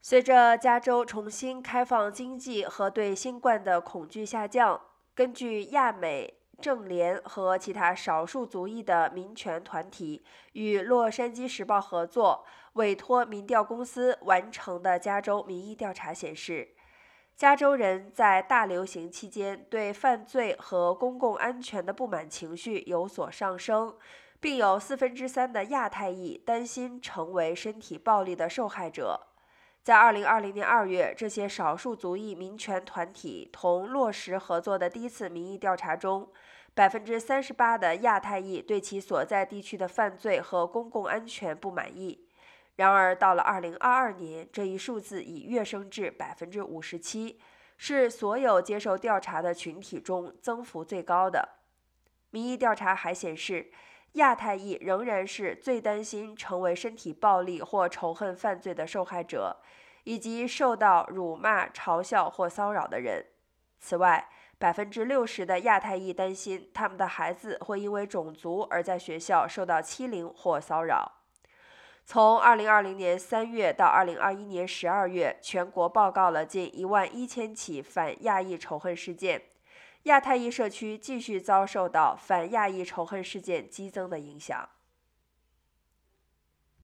随着加州重新开放经济和对新冠的恐惧下降，根据亚美正联和其他少数族裔的民权团体与《洛杉矶时报》合作，委托民调公司完成的加州民意调查显示，加州人在大流行期间对犯罪和公共安全的不满情绪有所上升，并有3/4的亚太裔担心成为身体暴力的受害者。在2020年2月，这些少数族裔民权团体同落实合作的第一次民意调查中，38%的亚太裔对其所在地区的犯罪和公共安全不满意。然而，到了2022年，这一数字已跃升至57%，是所有接受调查的群体中增幅最高的。民意调查还显示，亚太裔仍然是最担心成为身体暴力或仇恨犯罪的受害者，以及受到辱骂、嘲笑或骚扰的人。此外，60%的亚太裔担心他们的孩子会因为种族而在学校受到欺凌或骚扰。从2020年3月到2021年12月，全国报告了近11000起反亚裔仇恨事件。亚太裔社区继续遭受到反亚裔仇恨事件激增的影响。